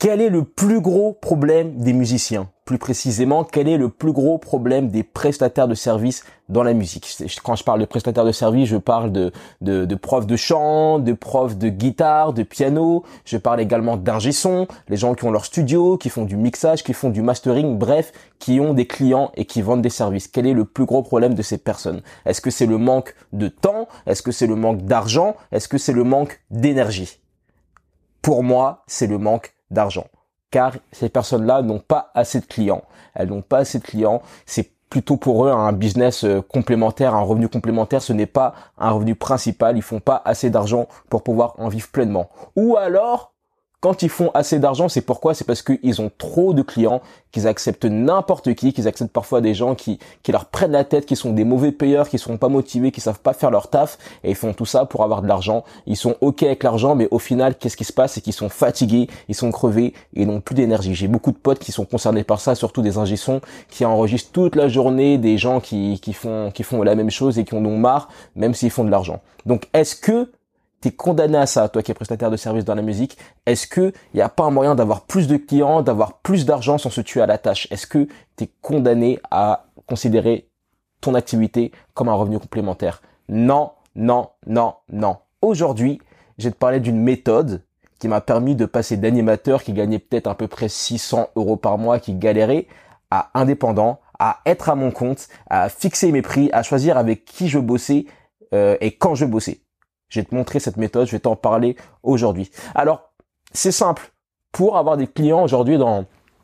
Quel est le plus gros problème des musiciens? Plus précisément, quel est le plus gros problème des prestataires de services dans la musique? Quand je parle de prestataires de services, je parle de profs de chant, de profs de guitare, de piano. Je parle également d'ingé son, les gens qui ont leur studio, qui font du mixage, qui font du mastering, bref, qui ont des clients et qui vendent des services. Quel est le plus gros problème de ces personnes? Est-ce que c'est le manque de temps? Est-ce que c'est le manque d'argent? Est-ce que c'est le manque d'énergie? Pour moi, c'est le manque d'argent. Car ces personnes-là n'ont pas assez de clients. Elles n'ont pas assez de clients. C'est plutôt pour eux un business complémentaire, un revenu complémentaire. Ce n'est pas un revenu principal. Ils font pas assez d'argent pour pouvoir en vivre pleinement. Ou alors, quand ils font assez d'argent, c'est pourquoi? C'est parce qu'ils ont trop de clients, qu'ils acceptent n'importe qui, qu'ils acceptent parfois des gens qui leur prennent la tête, qui sont des mauvais payeurs, qui sont pas motivés, qui savent pas faire leur taf, et ils font tout ça pour avoir de l'argent. Ils sont ok avec l'argent, mais au final, qu'est-ce qui se passe? C'est qu'ils sont fatigués, ils sont crevés, et ils n'ont plus d'énergie. J'ai beaucoup de potes qui sont concernés par ça, surtout des ingé sons, qui enregistrent toute la journée des gens qui font la même chose et qui en ont marre, même s'ils font de l'argent. Donc, est-ce que t'es condamné à ça, toi qui es prestataire de service dans la musique? Est-ce que y a pas un moyen d'avoir plus de clients, d'avoir plus d'argent sans se tuer à la tâche? Est-ce que t'es condamné à considérer ton activité comme un revenu complémentaire? Non, non, non, non. Aujourd'hui, je vais te parler d'une méthode qui m'a permis de passer d'animateur qui gagnait peut-être à peu près 600 € par mois, qui galérait, à indépendant, à être à mon compte, à fixer mes prix, à choisir avec qui je bossais et quand je bossais. Je vais te montrer cette méthode, je vais t'en parler aujourd'hui. Alors, c'est simple. Pour avoir des clients aujourd'hui dans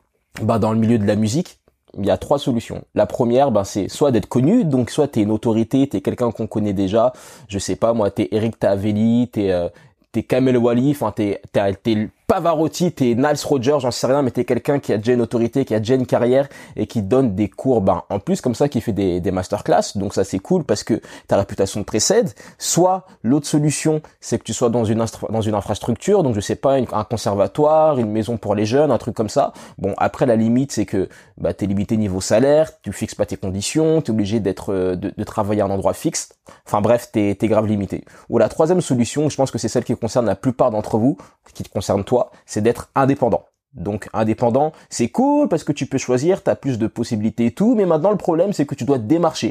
le milieu de la musique, il y a 3 solutions. La première, c'est soit d'être connu, donc soit t'es une autorité, t'es quelqu'un qu'on connaît déjà. Je sais pas, moi, t'es Eric Tavelli, t'es Kamel Wally, enfin t'es Pavarotti, t'es Nile Rodgers, j'en sais rien, mais t'es quelqu'un qui a déjà une autorité, qui a déjà une carrière et qui donne des cours, en plus comme ça, qui fait des masterclass. Donc ça c'est cool parce que ta réputation te précède. Soit l'autre solution, c'est que tu sois dans une infrastructure, donc je sais pas, un conservatoire, une maison pour les jeunes, un truc comme ça. Bon, après la limite c'est que t'es limité niveau salaire, tu fixes pas tes conditions, t'es obligé de travailler à un endroit fixe. Enfin bref, t'es grave limité. Ou la troisième solution, je pense que c'est celle qui concerne la plupart d'entre vous, qui te concerne toi, c'est d'être indépendant. Donc indépendant, c'est cool parce que tu peux choisir, tu as plus de possibilités et tout, mais maintenant le problème c'est que tu dois démarcher.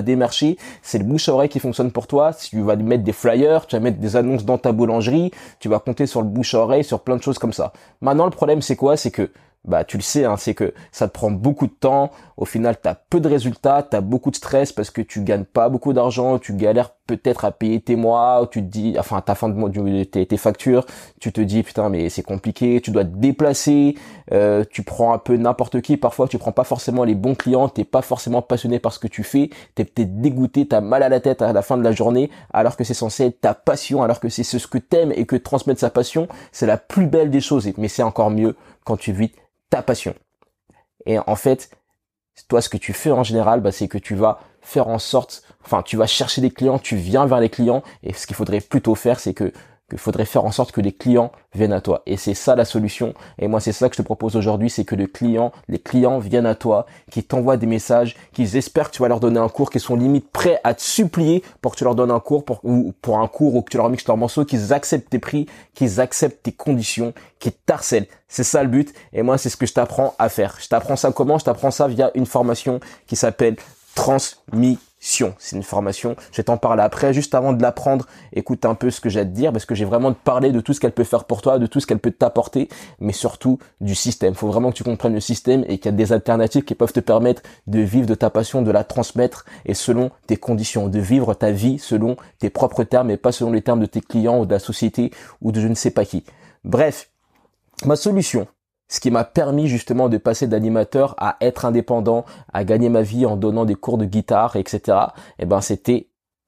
C'est le bouche à oreille qui fonctionne pour toi. Si tu vas mettre des flyers, tu vas mettre des annonces dans ta boulangerie, tu vas compter sur le bouche à oreille, sur plein de choses comme ça. Maintenant le problème c'est quoi? C'est que tu le sais, c'est que ça te prend beaucoup de temps. Au final, t'as peu de résultats, t'as beaucoup de stress parce que tu gagnes pas beaucoup d'argent, tu galères peut-être à payer tes mois, tu te dis, enfin, ta fin de mois, tes factures, tu te dis, putain, mais c'est compliqué, tu dois te déplacer, tu prends un peu n'importe qui, parfois tu prends pas forcément les bons clients, t'es pas forcément passionné par ce que tu fais, t'es peut-être dégoûté, t'as mal à la tête à la fin de la journée, alors que c'est censé être ta passion, alors que c'est ce que t'aimes et que transmettre sa passion, c'est la plus belle des choses, mais c'est encore mieux quand tu vis ta passion. Et en fait, toi, ce que tu fais en général, c'est que tu vas faire en sorte, tu vas chercher des clients, tu viens vers les clients, et ce qu'il faudrait plutôt faire, c'est qu'il faudrait faire en sorte que les clients viennent à toi. Et c'est ça la solution. Et moi, c'est ça que je te propose aujourd'hui, c'est que les clients viennent à toi, qui t'envoient des messages, qu'ils espèrent que tu vas leur donner un cours, qu'ils sont limite prêts à te supplier pour que tu leur donnes un cours, pour un cours, ou que tu leur mixes leur morceau, qu'ils acceptent tes prix, qu'ils acceptent tes conditions, qu'ils t'harcèlent. C'est ça le but. Et moi, c'est ce que je t'apprends à faire. Je t'apprends ça comment? Je t'apprends ça via une formation qui s'appelle Transmission. C'est une formation, je vais t'en parler après. Juste avant de l'apprendre, écoute un peu ce que j'ai à te dire, parce que j'ai vraiment de parler de tout ce qu'elle peut faire pour toi, de tout ce qu'elle peut t'apporter, mais surtout du système. Il faut vraiment que tu comprennes le système et qu'il y a des alternatives qui peuvent te permettre de vivre de ta passion, de la transmettre et selon tes conditions, de vivre ta vie selon tes propres termes et pas selon les termes de tes clients ou de la société ou de je ne sais pas qui. Bref, ma solution, ce qui m'a permis justement de passer d'animateur à être indépendant, à gagner ma vie en donnant des cours de guitare, etc. C'était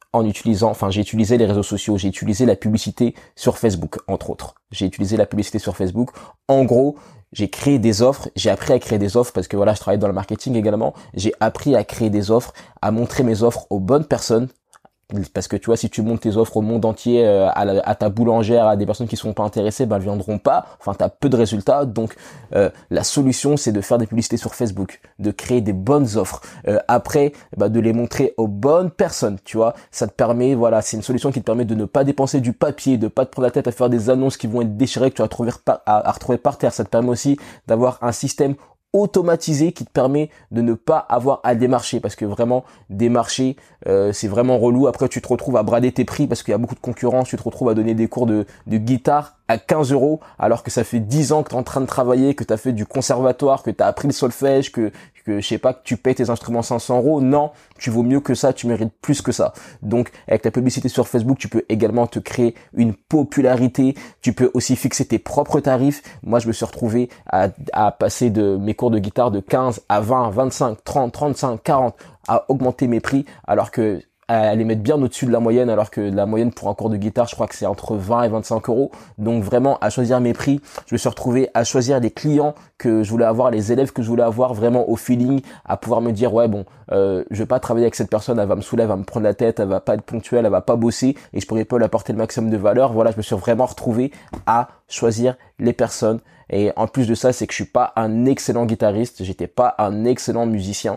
j'ai utilisé les réseaux sociaux, j'ai utilisé la publicité sur Facebook, entre autres. J'ai utilisé la publicité sur Facebook. En gros, j'ai créé des offres, j'ai appris à créer des offres parce que je travaille dans le marketing également. J'ai appris à créer des offres, à montrer mes offres aux bonnes personnes. parce que tu vois, si tu montes tes offres au monde entier, à ta boulangère, à des personnes qui sont pas intéressées, elles viendront pas. Enfin, t'as peu de résultats. Donc, la solution, c'est de faire des publicités sur Facebook, de créer des bonnes offres. Après, de les montrer aux bonnes personnes. Tu vois, ça te permet, voilà, c'est une solution qui te permet de ne pas dépenser du papier, de pas te prendre la tête à faire des annonces qui vont être déchirées, que tu vas à retrouver par terre. Ça te permet aussi d'avoir un système automatisé qui te permet de ne pas avoir à démarcher, parce que vraiment démarcher c'est vraiment relou. Après tu te retrouves à brader tes prix parce qu'il y a beaucoup de concurrence, tu te retrouves à donner des cours de guitare à 15 € alors que ça fait 10 ans que tu es en train de travailler, que tu as fait du conservatoire, que tu as appris le solfège, que je sais pas, que tu payes tes instruments 500 €. Non, tu vaux mieux que ça, tu mérites plus que ça. Donc avec la publicité sur Facebook, tu peux également te créer une popularité, tu peux aussi fixer tes propres tarifs. Moi je me suis retrouvé à passer de mes cours de guitare de 15 à 20, 25, 30, 35, 40, à augmenter mes prix, alors que à les mettre bien au-dessus de la moyenne, alors que la moyenne pour un cours de guitare, je crois que c'est entre 20 et 25 €. Donc vraiment, à choisir mes prix, je me suis retrouvé à choisir les clients que je voulais avoir, les élèves que je voulais avoir, vraiment au feeling, à pouvoir me dire, ouais bon, je vais pas travailler avec cette personne, elle va me saouler, elle va me prendre la tête, elle va pas être ponctuelle, elle va pas bosser, et je pourrais pas lui apporter le maximum de valeur. Voilà, je me suis vraiment retrouvé à choisir les personnes. Et en plus de ça, c'est que je suis pas un excellent guitariste, j'étais pas un excellent musicien,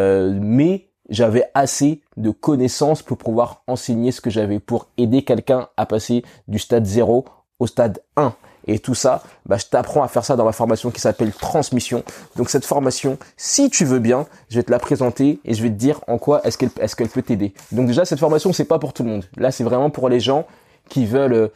mais j'avais assez de connaissances pour pouvoir enseigner ce que j'avais, pour aider quelqu'un à passer du stade 0 au stade 1. Et tout ça, je t'apprends à faire ça dans ma formation qui s'appelle Transmission. Donc cette formation, si tu veux bien, je vais te la présenter et je vais te dire en quoi est-ce qu'elle peut t'aider. Donc déjà, cette formation, c'est pas pour tout le monde. Là, c'est vraiment pour les gens qui veulent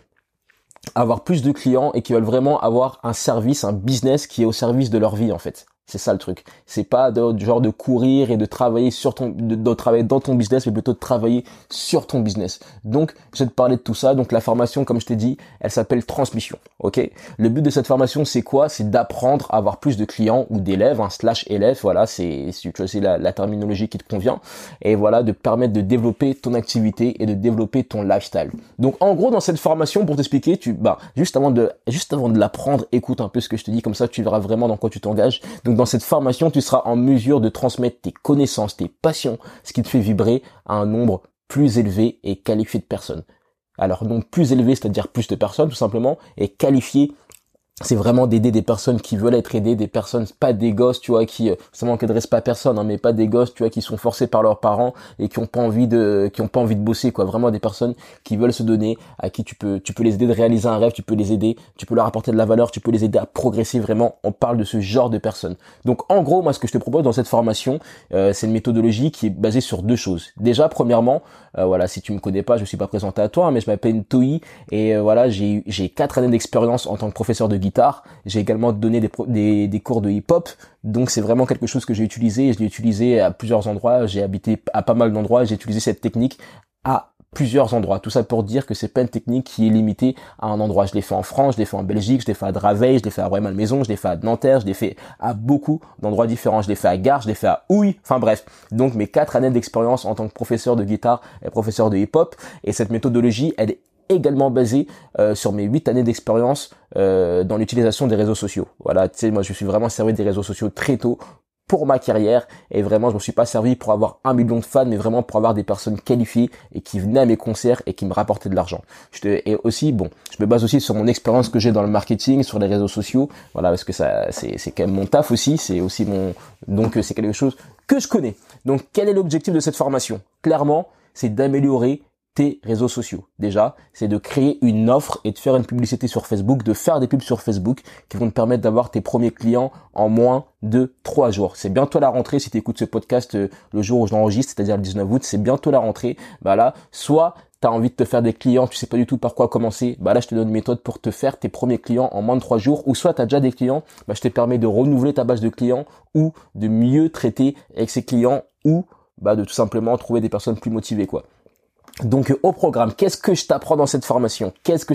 avoir plus de clients et qui veulent vraiment avoir un service, un business qui est au service de leur vie en fait. C'est ça le truc. C'est pas du genre de courir et de travailler de travailler dans ton business, mais plutôt de travailler sur ton business. Donc, je vais te parler de tout ça. Donc, la formation, comme je t'ai dit, elle s'appelle Transmission. Ok. Le but de cette formation, c'est quoi? C'est d'apprendre à avoir plus de clients ou d'élèves, /élèves. Voilà, c'est la terminologie qui te convient. Et voilà, de permettre de développer ton activité et de développer ton lifestyle. Donc, en gros, dans cette formation, pour t'expliquer, juste avant de l'apprendre, écoute un peu ce que je te dis, comme ça, tu verras vraiment dans quoi tu t'engages. Donc, dans cette formation, tu seras en mesure de transmettre tes connaissances, tes passions, ce qui te fait vibrer à un nombre plus élevé et qualifié de personnes. Alors, donc plus élevé, c'est-à-dire plus de personnes, tout simplement, et qualifié, c'est vraiment d'aider des personnes qui veulent être aidées, des personnes, pas des gosses, tu vois, qui adressent pas à personne, hein, mais pas des gosses, tu vois, qui sont forcés par leurs parents et qui ont pas envie de bosser, quoi. Vraiment des personnes qui veulent se donner, à qui tu peux les aider de réaliser un rêve, tu peux les aider, tu peux leur apporter de la valeur, tu peux les aider à progresser. Vraiment, on parle de ce genre de personnes. Donc, en gros, moi, ce que je te propose dans cette formation, c'est une méthodologie qui est basée sur deux choses. Déjà, premièrement, voilà, si tu me connais pas, je suis pas présenté à toi, hein, mais je m'appelle Toi et voilà, j'ai 4 années d'expérience en tant que professeur de guitare. J'ai également donné des cours de hip-hop, donc c'est vraiment quelque chose que j'ai utilisé, et je l'ai utilisé à plusieurs endroits. J'ai habité à pas mal d'endroits et j'ai utilisé cette technique à plusieurs endroits. Tout ça pour dire que c'est pas une technique qui est limitée à un endroit. Je l'ai fait en France, je l'ai fait en Belgique, je l'ai fait à Draveil, je l'ai fait à Rueil-Malmaison, je l'ai fait à Nanterre, je l'ai fait à beaucoup d'endroits différents. Je l'ai fait à Gare, je l'ai fait à Houille, enfin bref. Donc mes 4 années d'expérience en tant que professeur de guitare et professeur de hip-hop, et cette méthodologie, elle est également basée sur mes 8 années d'expérience dans l'utilisation des réseaux sociaux. Voilà, tu sais, moi je suis vraiment servi des réseaux sociaux très tôt pour ma carrière, et vraiment je me suis pas servi pour avoir 1 million de fans, mais vraiment pour avoir des personnes qualifiées et qui venaient à mes concerts et qui me rapportaient de l'argent. Et aussi, je me base aussi sur mon expérience que j'ai dans le marketing, sur les réseaux sociaux, voilà, parce que ça c'est quand même mon taf aussi, c'est aussi donc c'est quelque chose que je connais. Donc quel est l'objectif de cette formation? Clairement, c'est d'améliorer tes réseaux sociaux. Déjà, c'est de créer une offre et de faire une publicité sur Facebook, de faire des pubs sur Facebook qui vont te permettre d'avoir tes premiers clients en moins de 3 jours. C'est bientôt la rentrée si tu écoutes ce podcast le jour où je l'enregistre, c'est-à-dire le 19 août, c'est bientôt la rentrée. Là, soit tu as envie de te faire des clients, tu sais pas du tout par quoi commencer, là je te donne une méthode pour te faire tes premiers clients en moins de 3 jours, ou soit tu as déjà des clients, je te permets de renouveler ta base de clients ou de mieux traiter avec ces clients, ou de tout simplement trouver des personnes plus motivées, quoi. Donc au programme, qu'est-ce que je t'apprends dans cette formation?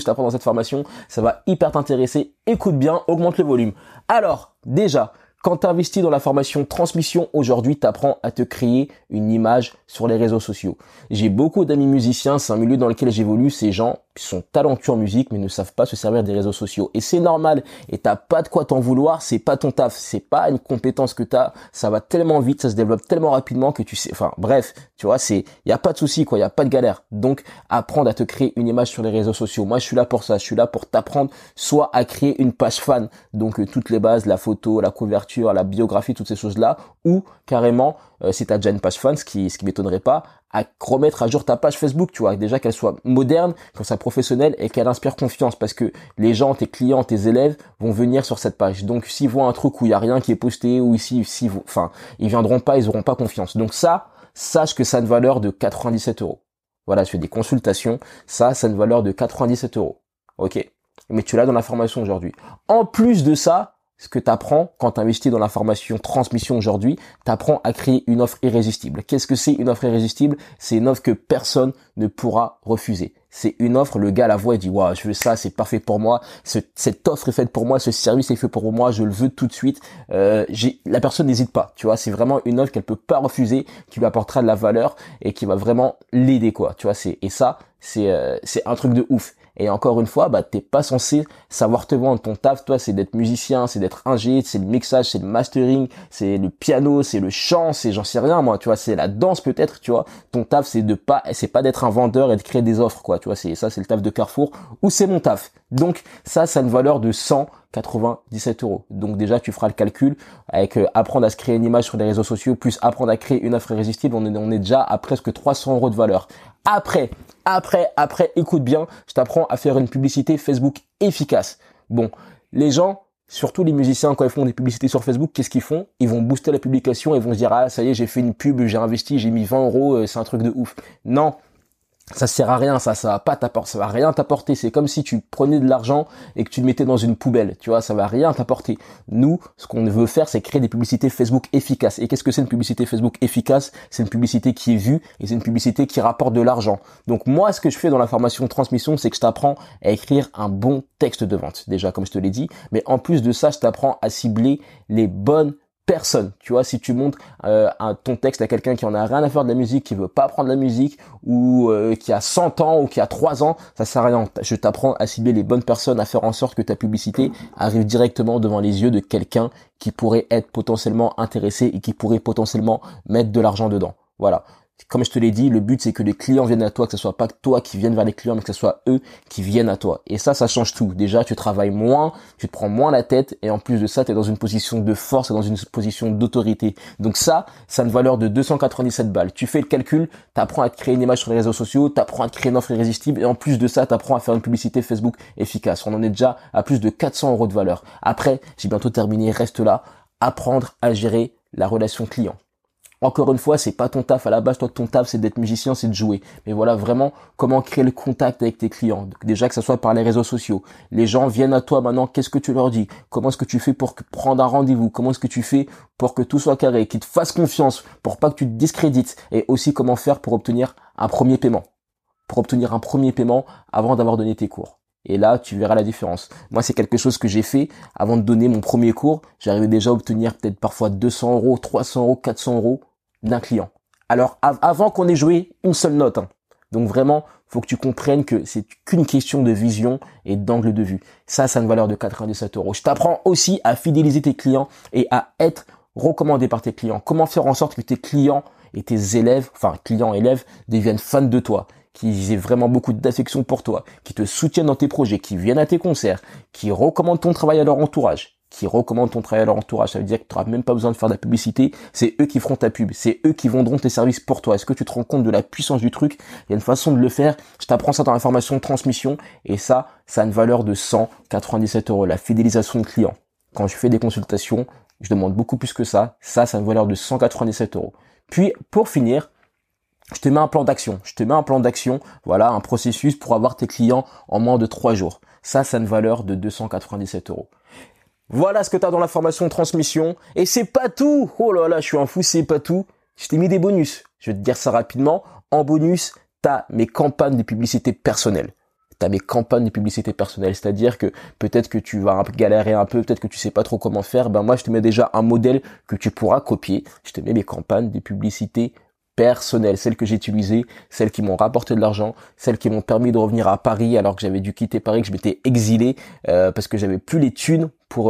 Ça va hyper t'intéresser. Écoute bien, augmente le volume. Alors, déjà, quand tu investis dans la formation Transmission, aujourd'hui, tu apprends à te créer une image sur les réseaux sociaux. J'ai beaucoup d'amis musiciens, c'est un milieu dans lequel j'évolue. Ces gens qui sont talentueux en musique mais ne savent pas se servir des réseaux sociaux. Et c'est normal, et t'as pas de quoi t'en vouloir, c'est pas ton taf, c'est pas une compétence que t'as, ça va tellement vite, ça se développe tellement rapidement que tu sais, enfin bref, tu vois, y a pas de souci quoi, y a pas de galère. Donc apprendre à te créer une image sur les réseaux sociaux. Moi je suis là pour ça, je suis là pour t'apprendre soit à créer une page fan, donc toutes les bases, la photo, la couverture, la biographie, toutes ces choses-là, ou carrément si t'as déjà une page fan, ce qui m'étonnerait pas, à remettre à jour ta page Facebook, tu vois, déjà qu'elle soit moderne, qu'elle soit professionnelle et qu'elle inspire confiance, parce que les gens, tes clients, tes élèves vont venir sur cette page. Donc s'ils voient un truc où il y a rien qui est posté, ou ils viendront pas, ils auront pas confiance. Donc ça, sache que ça a une valeur de 97 euros. Voilà, je fais des consultations, ça a une valeur de 97 euros. Ok, mais tu l'as dans la formation aujourd'hui. En plus de ça, ce que tu apprends quand tu investis dans la formation transmission aujourd'hui, tu apprends à créer une offre irrésistible. Qu'est-ce que c'est une offre irrésistible? C'est une offre que personne ne pourra refuser. C'est une offre, le gars à la voix, il dit « Waouh, je veux ça, c'est parfait pour moi. Cette offre est faite pour moi, ce service est fait pour moi, je le veux tout de suite. » La personne n'hésite pas, tu vois. C'est vraiment une offre qu'elle peut pas refuser, qui lui apportera de la valeur et qui va vraiment l'aider, quoi. Tu vois, c'est un truc de ouf. Et encore une fois, t'es pas censé savoir te vendre. Ton taf, toi, c'est d'être musicien, c'est d'être ingé, c'est le mixage, c'est le mastering, c'est le piano, c'est le chant, c'est j'en sais rien, moi, tu vois, c'est la danse peut-être, tu vois. Ton taf, c'est pas d'être un vendeur et de créer des offres, quoi, tu vois, c'est le taf de Carrefour, ou c'est mon taf. Donc, ça a une valeur de 197 euros. Donc déjà, tu feras le calcul avec apprendre à se créer une image sur les réseaux sociaux, plus apprendre à créer une offre irrésistible, on est déjà à presque 300 euros de valeur. Après, écoute bien, je t'apprends à faire une publicité Facebook efficace. Bon, les gens, surtout les musiciens, quand ils font des publicités sur Facebook, qu'est-ce qu'ils font? Ils vont booster la publication, ils vont se dire « Ah, ça y est, j'ai fait une pub, j'ai investi, j'ai mis 20 euros, c'est un truc de ouf. » Non, ça sert à rien, ça va rien t'apporter. C'est comme si tu prenais de l'argent et que tu le mettais dans une poubelle, tu vois, ça va rien t'apporter. Nous, ce qu'on veut faire, c'est créer des publicités Facebook efficaces. Et qu'est-ce que c'est une publicité Facebook efficace? C'est une publicité qui est vue et c'est une publicité qui rapporte de l'argent. Donc moi, ce que je fais dans la formation transmission, c'est que je t'apprends à écrire un bon texte de vente, déjà comme je te l'ai dit, mais en plus de ça, je t'apprends à cibler les bonnes personne, tu vois, si tu montres ton texte à quelqu'un qui en a rien à faire de la musique, qui veut pas apprendre la musique, ou qui a 100 ans ou qui a 3 ans, ça sert à rien. Je t'apprends à cibler les bonnes personnes, à faire en sorte que ta publicité arrive directement devant les yeux de quelqu'un qui pourrait être potentiellement intéressé et qui pourrait potentiellement mettre de l'argent dedans. Voilà. Comme je te l'ai dit, le but c'est que les clients viennent à toi, que ce soit pas toi qui viennent vers les clients, mais que ce soit eux qui viennent à toi. Et ça change tout. Déjà, tu travailles moins, tu te prends moins la tête, et en plus de ça, tu es dans une position de force et dans une position d'autorité. Donc ça a une valeur de 297 balles. Tu fais le calcul, tu apprends à te créer une image sur les réseaux sociaux, tu apprends à te créer une offre irrésistible, et en plus de ça, tu apprends à faire une publicité Facebook efficace. On en est déjà à plus de 400 euros de valeur. Après, j'ai bientôt terminé, reste là, apprendre à gérer la relation client. Encore une fois, c'est pas ton taf à la base. Toi, ton taf, c'est d'être musicien, c'est de jouer. Mais voilà vraiment comment créer le contact avec tes clients. Donc, déjà que ça soit par les réseaux sociaux. Les gens viennent à toi maintenant. Qu'est-ce que tu leur dis? Comment est-ce que tu fais pour prendre un rendez-vous? Comment est-ce que tu fais pour que tout soit carré, qu'ils te fassent confiance, pour pas que tu te discrédites? Et aussi comment faire pour obtenir un premier paiement. Pour obtenir un premier paiement avant d'avoir donné tes cours. Et là, tu verras la différence. Moi, c'est quelque chose que j'ai fait avant de donner mon premier cours. J'arrivais déjà à obtenir peut-être parfois 200 euros, 300 euros, 400 euros d'un client. Alors, avant qu'on ait joué une seule note. Donc vraiment, faut que tu comprennes que c'est qu'une question de vision et d'angle de vue. Ça a une valeur de 97 euros. Je t'apprends aussi à fidéliser tes clients et à être recommandé par tes clients. Comment faire en sorte que tes clients et tes élèves, enfin clients-élèves, deviennent fans de toi, qu'ils aient vraiment beaucoup d'affection pour toi, qui te soutiennent dans tes projets, qui viennent à tes concerts, qui recommandent ton travail à leur entourage. Ça veut dire que tu n'auras même pas besoin de faire de la publicité, c'est eux qui feront ta pub, c'est eux qui vendront tes services pour toi. Est-ce que tu te rends compte de la puissance du truc? Il y a une façon de le faire, je t'apprends ça dans la formation de transmission, et ça a une valeur de 197 euros, la fidélisation de client. Quand je fais des consultations, je demande beaucoup plus que ça a une valeur de 197 euros. Puis, pour finir, je te mets un plan d'action. Voilà, un processus pour avoir tes clients en moins de 3 jours. Ça a une valeur de 297 euros. Voilà ce que tu as dans la formation transmission. Et c'est pas tout. Oh là là, je suis un fou, c'est pas tout. Je t'ai mis des bonus. Je vais te dire ça rapidement. En bonus, tu as mes campagnes de publicité personnelles. C'est-à-dire que peut-être que tu vas galérer un peu, peut-être que tu sais pas trop comment faire. Ben moi, je te mets déjà un modèle que tu pourras copier. Je te mets mes campagnes de publicité personnelles, celles que j'ai utilisées, celles qui m'ont rapporté de l'argent, celles qui m'ont permis de revenir à Paris alors que j'avais dû quitter Paris, que je m'étais exilé parce que j'avais plus les thunes pour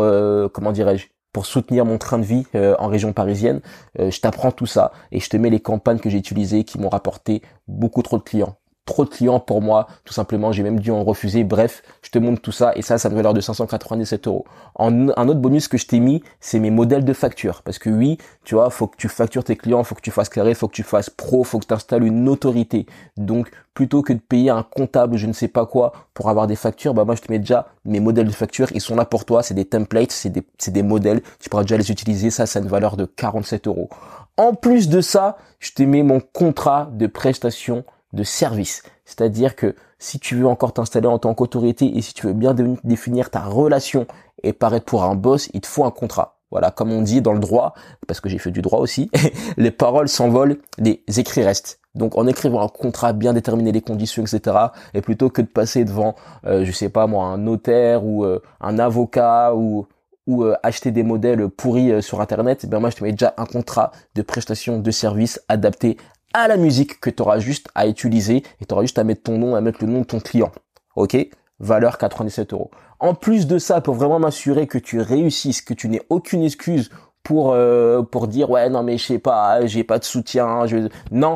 pour soutenir mon train de vie en région parisienne. Je t'apprends tout ça et je te mets les campagnes que j'ai utilisées qui m'ont rapporté beaucoup trop de clients. Trop de clients pour moi, tout simplement, j'ai même dû en refuser. Bref, je te montre tout ça et ça a une valeur de 597 euros. Un autre bonus que je t'ai mis, c'est mes modèles de facture. Parce que oui, tu vois, faut que tu factures tes clients, faut que tu fasses carré, faut que tu fasses pro, faut que tu installes une autorité. Donc, plutôt que de payer un comptable, je ne sais pas quoi, pour avoir des factures, bah moi je te mets déjà mes modèles de facture, ils sont là pour toi, c'est des templates, c'est des modèles, tu pourras déjà les utiliser, ça a une valeur de 47 euros. En plus de ça, je te mets mon contrat de prestation de service. C'est-à-dire que si tu veux encore t'installer en tant qu'autorité et si tu veux bien définir ta relation et paraître pour un boss, il te faut un contrat. Voilà, comme on dit dans le droit, parce que j'ai fait du droit aussi, les paroles s'envolent, les écrits restent. Donc en écrivant un contrat, bien déterminer les conditions, etc. Et plutôt que de passer devant, je sais pas moi, un notaire ou un avocat ou acheter des modèles pourris sur internet, ben moi je te mets déjà un contrat de prestation de service adapté à la musique que tu auras juste à utiliser et tu auras juste à mettre ton nom, à mettre le nom de ton client. Ok? Valeur 97 euros. En plus de ça, pour vraiment m'assurer que tu réussisses, que tu n'aies aucune excuse pour dire ouais non mais je sais pas, j'ai pas de soutien, non,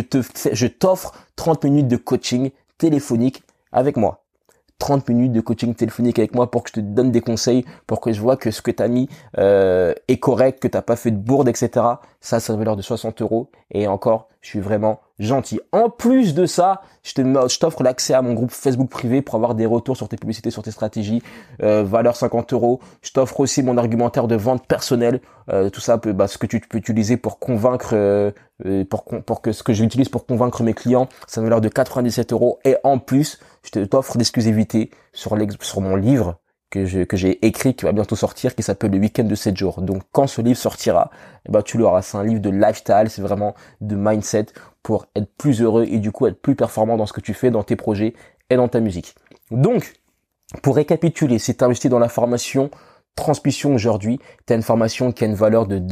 je t'offre 30 minutes de coaching téléphonique avec moi. 30 minutes de coaching téléphonique avec moi pour que je te donne des conseils, pour que je vois que ce que tu as mis est correct, que tu n'as pas fait de bourde, etc. Ça a une valeur de 60 euros. Et encore, je suis vraiment gentil. En plus de ça, je t'offre l'accès à mon groupe Facebook privé pour avoir des retours sur tes publicités, sur tes stratégies, valeur 50 euros. Je t'offre aussi mon argumentaire de vente personnelle, tout ça, ce que tu peux utiliser pour convaincre, pour que ce que j'utilise pour convaincre mes clients, ça a une valeur de 97 euros. Et en plus, je t'offre l'exclusivité sur mon livre que j'ai écrit, qui va bientôt sortir, qui s'appelle Le Week-end de 7 jours. Donc, quand ce livre sortira, tu l'auras. C'est un livre de lifestyle, c'est vraiment de mindset pour être plus heureux et du coup être plus performant dans ce que tu fais, dans tes projets et dans ta musique. Donc, pour récapituler, si tu investis dans la formation Transmission aujourd'hui, tu as une formation qui a une valeur de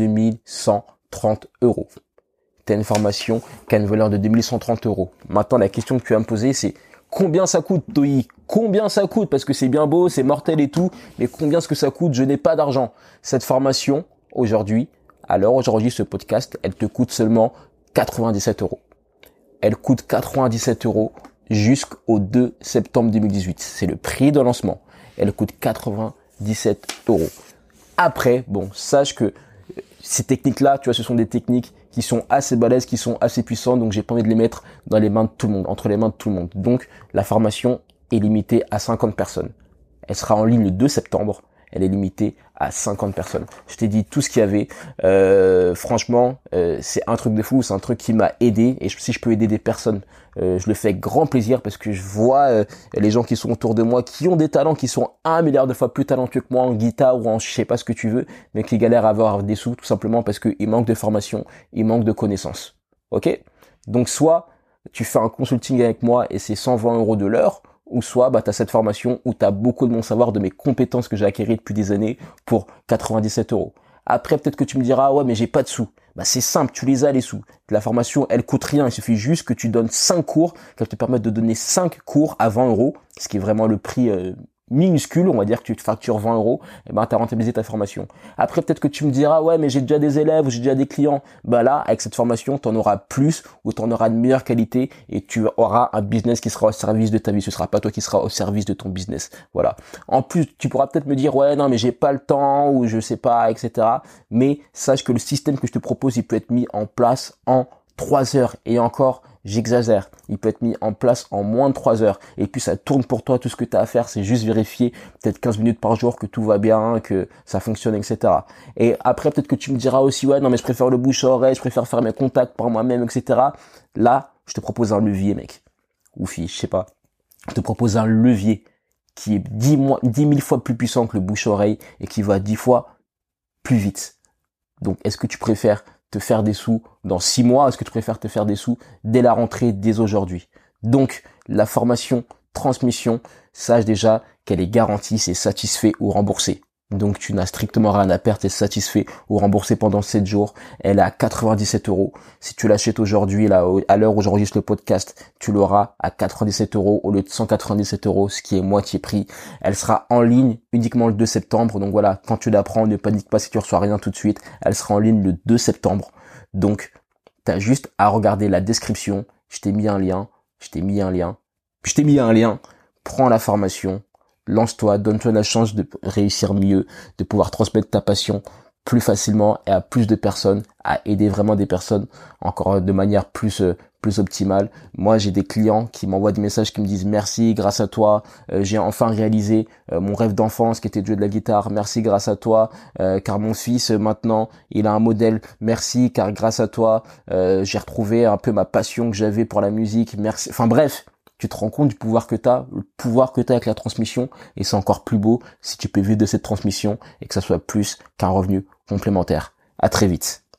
2130 euros. Tu as une formation qui a une valeur de 2130 euros. Maintenant, la question que tu vas me poser, c'est combien ça coûte, Toi? Combien ça coûte? Parce que c'est bien beau, c'est mortel et tout, mais combien est-ce que ça coûte? Je n'ai pas d'argent. Cette formation, aujourd'hui, à l'heure où j'enregistre ce podcast, elle te coûte seulement 97 euros. Elle coûte 97 euros jusqu'au 2 septembre 2018. C'est le prix de lancement. Elle coûte 97 euros. Après, sache que ces techniques-là, tu vois, ce sont des techniques qui sont assez balèzes, qui sont assez puissantes, donc j'ai pas envie de les mettre dans les mains de tout le monde, entre les mains de tout le monde. Donc, la formation est limitée à 50 personnes. Elle sera en ligne le 2 septembre. Elle est limitée à 50 personnes. Je t'ai dit tout ce qu'il y avait. Franchement, c'est un truc de fou. C'est un truc qui m'a aidé. Et si je peux aider des personnes, je le fais avec grand plaisir parce que je vois les gens qui sont autour de moi, qui ont des talents, qui sont 1 milliard de fois plus talentueux que moi en guitare ou en je sais pas ce que tu veux, mais qui galèrent à avoir des sous tout simplement parce qu'ils manquent de formation, ils manquent de connaissances. Ok? Donc soit tu fais un consulting avec moi et c'est 120 euros de l'heure, ou soit tu as cette formation où tu as beaucoup de mon savoir, de mes compétences que j'ai acquéries depuis des années pour 97 euros. Après, peut-être que tu me diras, ouais, mais j'ai pas de sous. C'est simple, tu les as les sous. La formation, elle coûte rien. Il suffit juste que tu donnes 5 cours, qu'elle te permette de donner 5 cours à 20 euros, ce qui est vraiment le prix minuscule, on va dire que tu te factures 20 euros, et t'as rentabilisé ta formation. Après, peut-être que tu me diras, ouais, mais j'ai déjà des élèves, ou j'ai déjà des clients. Là, avec cette formation, tu en auras plus, ou tu en auras de meilleure qualité, et tu auras un business qui sera au service de ta vie. Ce sera pas toi qui sera au service de ton business. Voilà. En plus, tu pourras peut-être me dire, ouais, non, mais j'ai pas le temps, ou je sais pas, etc. Mais sache que le système que je te propose, il peut être mis en place en 3 heures. Et encore, j'exagère. Il peut être mis en place en moins de 3 heures. Et puis ça tourne pour toi. Tout ce que tu as à faire, c'est juste vérifier peut-être 15 minutes par jour que tout va bien, que ça fonctionne, etc. Et après, peut-être que tu me diras aussi, ouais, non, mais je préfère le bouche à oreille, je préfère faire mes contacts par moi-même, etc. Là, je te propose un levier, mec. Ou fille, je sais pas. Je te propose un levier qui est 10 000 fois plus puissant que le bouche à oreille et qui va 10 fois plus vite. Donc, est-ce que tu préfères te faire des sous dans 6 mois? Est-ce que tu préfères te faire des sous dès la rentrée, dès aujourd'hui? Donc, la formation transmission, sache déjà qu'elle est garantie, c'est satisfait ou remboursé. Donc tu n'as strictement rien à perdre, t'es satisfait ou remboursé pendant 7 jours. Elle est à 97 euros. Si tu l'achètes aujourd'hui, là, à l'heure où j'enregistre le podcast, tu l'auras à 97 euros au lieu de 197 euros, ce qui est moitié prix. Elle sera en ligne uniquement le 2 septembre. Donc voilà, quand tu l'apprends, ne panique pas si tu reçois rien tout de suite. Elle sera en ligne le 2 septembre. Donc, t'as juste à regarder la description. Je t'ai mis un lien. Prends la formation. Lance-toi, donne-toi la chance de réussir mieux, de pouvoir transmettre ta passion plus facilement et à plus de personnes, à aider vraiment des personnes encore de manière plus optimale. Moi, j'ai des clients qui m'envoient des messages qui me disent merci, grâce à toi, j'ai enfin réalisé mon rêve d'enfance qui était de jouer de la guitare. Merci grâce à toi, car mon fils maintenant, il a un modèle. Merci car grâce à toi, j'ai retrouvé un peu ma passion que j'avais pour la musique. Merci. Enfin bref, tu te rends compte du pouvoir que t'as, le pouvoir que t'as avec la transmission, et c'est encore plus beau si tu peux vivre de cette transmission et que ça soit plus qu'un revenu complémentaire. À très vite.